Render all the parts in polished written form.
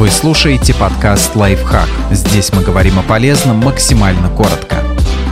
Вы слушаете подкаст «Лайфхак». Здесь мы говорим о полезном максимально коротко.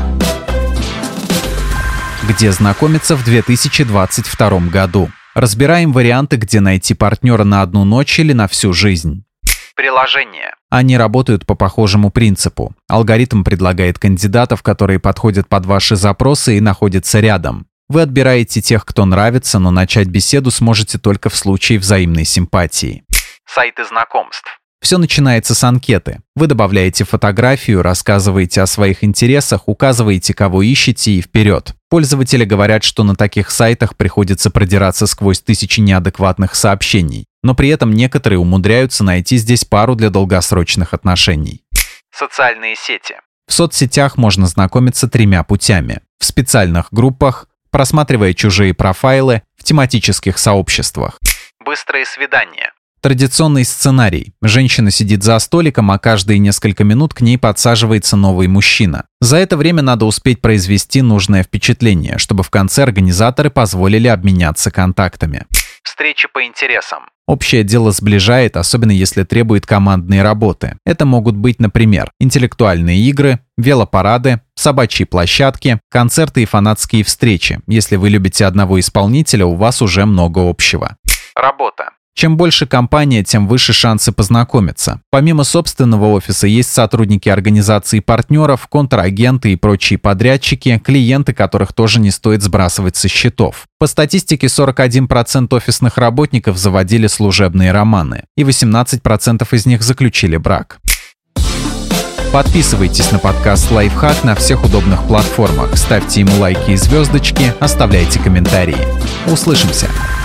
Где знакомиться в 2022 году? Разбираем варианты, где найти партнера на одну ночь или на всю жизнь. Приложения. Они работают по похожему принципу. Алгоритм предлагает кандидатов, которые подходят под ваши запросы и находятся рядом. Вы отбираете тех, кто нравится, но начать беседу сможете только в случае взаимной симпатии. Сайты знакомств. Все начинается с анкеты. Вы добавляете фотографию, рассказываете о своих интересах, указываете, кого ищете и вперед. Пользователи говорят, что на таких сайтах приходится продираться сквозь тысячи неадекватных сообщений. Но при этом некоторые умудряются найти здесь пару для долгосрочных отношений. Социальные сети. В соцсетях можно знакомиться 3 путями. В специальных группах, просматривая чужие профайлы, в тематических сообществах. Быстрые свидания. Традиционный сценарий. Женщина сидит за столиком, а каждые несколько минут к ней подсаживается новый мужчина. За это время надо успеть произвести нужное впечатление, чтобы в конце организаторы позволили обменяться контактами. Встречи по интересам. Общее дело сближает, особенно если требует командной работы. Это могут быть, например, интеллектуальные игры, велопарады, собачьи площадки, концерты и фанатские встречи. Если вы любите одного исполнителя, у вас уже много общего. Работа. Чем больше компания, тем выше шансы познакомиться. Помимо собственного офиса есть сотрудники организаций партнеров, контрагенты и прочие подрядчики, клиенты, которых тоже не стоит сбрасывать со счетов. По статистике 41% офисных работников заводили служебные романы, и 18% из них заключили брак. Подписывайтесь на подкаст «Лайфхак» на всех удобных платформах, ставьте ему лайки и звездочки, оставляйте комментарии. Услышимся!